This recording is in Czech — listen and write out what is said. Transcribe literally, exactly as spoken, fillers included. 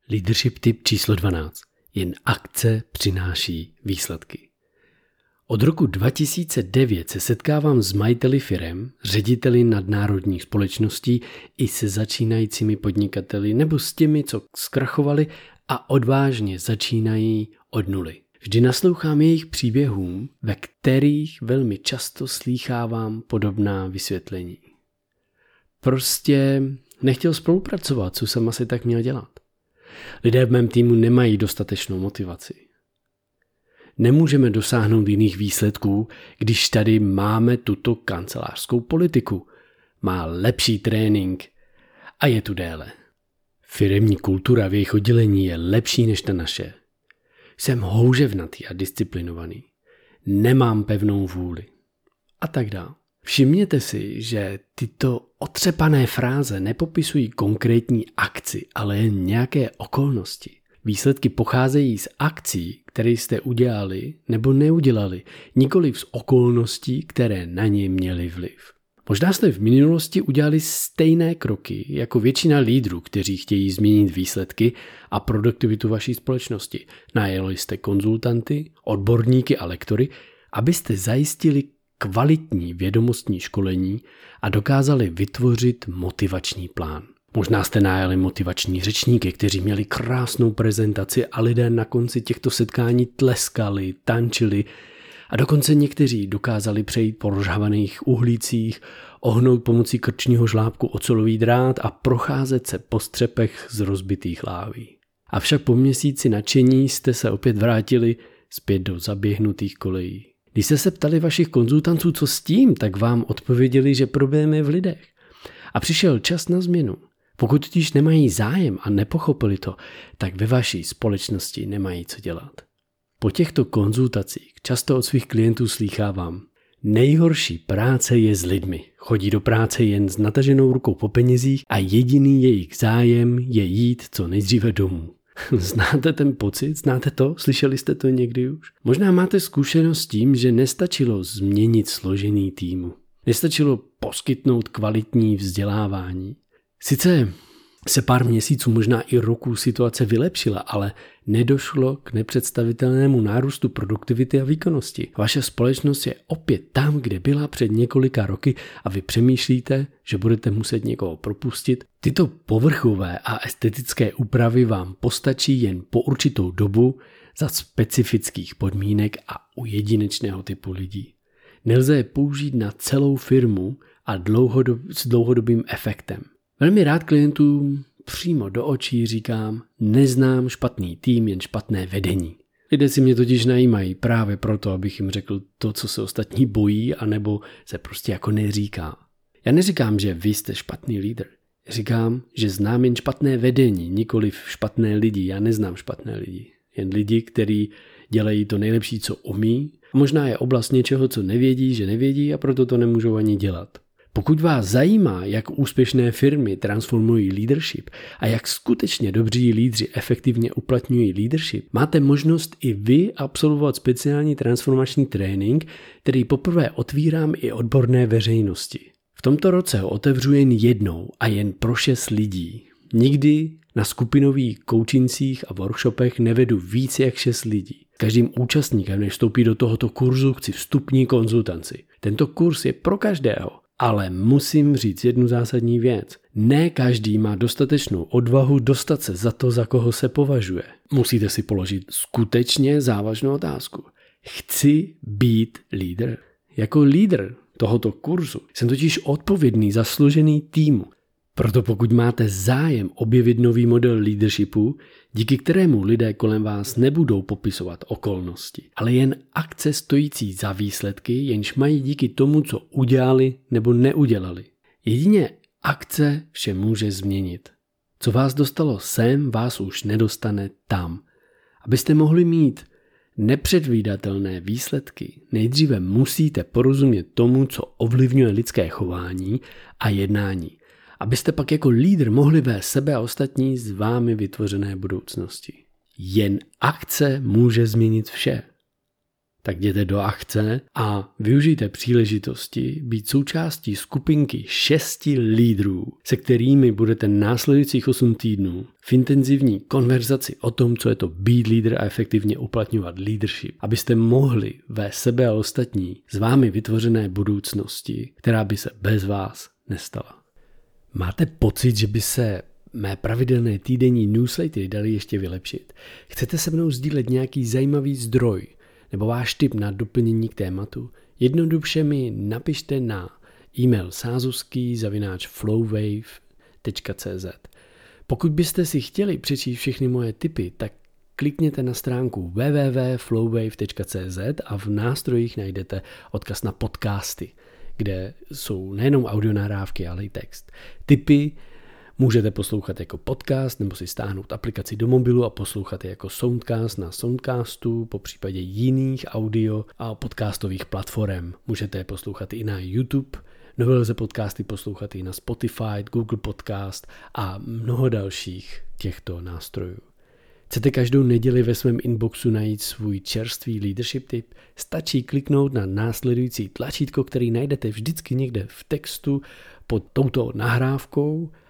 Leadership tip číslo dvanáct. Jen akce přináší výsledky. Od roku dva tisíce devět se setkávám s majiteli firem, řediteli nadnárodních společností i se začínajícími podnikateli nebo s těmi, co zkrachovali a odvážně začínají od nuly. Vždy naslouchám jejich příběhům, ve kterých velmi často slýchávám podobná vysvětlení. Prostě nechtěl spolupracovat, co jsem asi tak měl dělat. Lidé v mém týmu nemají dostatečnou motivaci. Nemůžeme dosáhnout jiných výsledků, když tady máme tuto kancelářskou politiku. Má lepší trénink a je tu déle. Firemní kultura v jejich oddělení je lepší než ta naše. Jsem houževnatý a disciplinovaný. Nemám pevnou vůli. A tak dále. Všimněte si, že tyto otřepané fráze nepopisují konkrétní akci, ale jen nějaké okolnosti. Výsledky pocházejí z akcí, které jste udělali nebo neudělali, nikoliv z okolností, které na ně měly vliv. Možná jste v minulosti udělali stejné kroky jako většina lídrů, kteří chtějí změnit výsledky a produktivitu vaší společnosti. Najeli jste konzultanty, odborníky a lektory, abyste zajistili kvalitní vědomostní školení a dokázali vytvořit motivační plán. Možná jste najali motivační řečníky, kteří měli krásnou prezentaci a lidé na konci těchto setkání tleskali, tančili a dokonce někteří dokázali přejít po rozhavaných uhlících, ohnout pomocí krčního žlábku ocelový drát a procházet se po střepech z rozbitých láví. Avšak po měsíci nadšení jste se opět vrátili zpět do zaběhnutých kolejí. Když jste se ptali vašich konzultantů, co s tím, tak vám odpověděli, že problém je v lidech. A přišel čas na změnu. Pokud totiž nemají zájem a nepochopili to, tak ve vaší společnosti nemají co dělat. Po těchto konzultacích často od svých klientů slýchávám: nejhorší práce je s lidmi. Chodí do práce jen s nataženou rukou po penězích a jediný jejich zájem je jít co nejdříve domů. Znáte ten pocit? Znáte to? Slyšeli jste to někdy už? Možná máte zkušenost s tím, že nestačilo změnit složení týmu. Nestačilo poskytnout kvalitní vzdělávání. Sice se pár měsíců, možná i roků situace vylepšila, ale nedošlo k nepředstavitelnému nárůstu produktivity a výkonnosti. Vaše společnost je opět tam, kde byla před několika roky a vy přemýšlíte, že budete muset někoho propustit. Tyto povrchové a estetické úpravy vám postačí jen po určitou dobu za specifických podmínek a u jedinečného typu lidí. Nelze je použít na celou firmu a dlouhodob, s dlouhodobým efektem. Velmi rád klientům přímo do očí říkám: neznám špatný tým, jen špatné vedení. Lidé si mě totiž najímají právě proto, abych jim řekl to, co se ostatní bojí, anebo se prostě jako neříká. Já neříkám, že vy jste špatný lídr. Říkám, že znám jen špatné vedení, nikoliv špatné lidi. Já neznám špatné lidi. Jen lidi, kteří dělají to nejlepší, co umí. A možná je oblast něčeho, co nevědí, že nevědí a proto to nemůžou ani dělat. Pokud vás zajímá, jak úspěšné firmy transformují leadership a jak skutečně dobří lídři efektivně uplatňují leadership, máte možnost i vy absolvovat speciální transformační trénink, který poprvé otvírám i odborné veřejnosti. V tomto roce ho otevřu jen jednou a jen pro šest lidí. Nikdy na skupinových koučincích a workshopech nevedu víc jak šest lidí. Každým účastníkem, než vstoupí do tohoto kurzu, chci vstupní konzultanci. Tento kurz je pro každého. Ale musím říct jednu zásadní věc. Ne každý má dostatečnou odvahu dostat se za to, za koho se považuje. Musíte si položit skutečně závažnou otázku. Chci být lídr? Jako lídr tohoto kurzu jsem totiž odpovědný za složený týmu. Proto pokud máte zájem objevit nový model leadershipu, díky kterému lidé kolem vás nebudou popisovat okolnosti, ale jen akce stojící za výsledky, jenž mají díky tomu, co udělali nebo neudělali. Jedině akce vše může změnit. Co vás dostalo sem, vás už nedostane tam. Abyste mohli mít nepředvídatelné výsledky, nejdříve musíte porozumět tomu, co ovlivňuje lidské chování a jednání. Abyste pak jako lídr mohli vést sebe a ostatní z vámi vytvořené budoucnosti. Jen akce může změnit vše. tak jděte do akce a využijte příležitosti být součástí skupinky šesti lídrů, se kterými budete následujících osm týdnů v intenzivní konverzaci o tom, co je to být lídr a efektivně uplatňovat leadership, abyste mohli vést sebe a ostatní z vámi vytvořené budoucnosti, která by se bez vás nestala. Máte pocit, že by se mé pravidelné týdenní newslettery daly ještě vylepšit? Chcete se mnou sdílet nějaký zajímavý zdroj nebo váš tip na doplnění k tématu? Jednoduše mi napište na e-mail sázovský zavináč flowwave tečka cz. Pokud byste si chtěli přečíst všechny moje tipy, tak klikněte na stránku w w w tečka flowwave tečka cz a v nástrojích najdete odkaz na podcasty, kde jsou nejenom audionahrávky, ale i text. Tipy můžete poslouchat jako podcast nebo si stáhnout aplikaci do mobilu a poslouchat je jako Soundcast na Soundcastu, po případě jiných audio a podcastových platform. Můžete je poslouchat i na YouTube, nové lze podcasty poslouchat i na Spotify, Google Podcast a mnoho dalších těchto nástrojů. Chcete každou neděli ve svém inboxu najít svůj čerstvý leadership tip? Stačí kliknout na následující tlačítko, který najdete vždycky někde v textu pod touto nahrávkou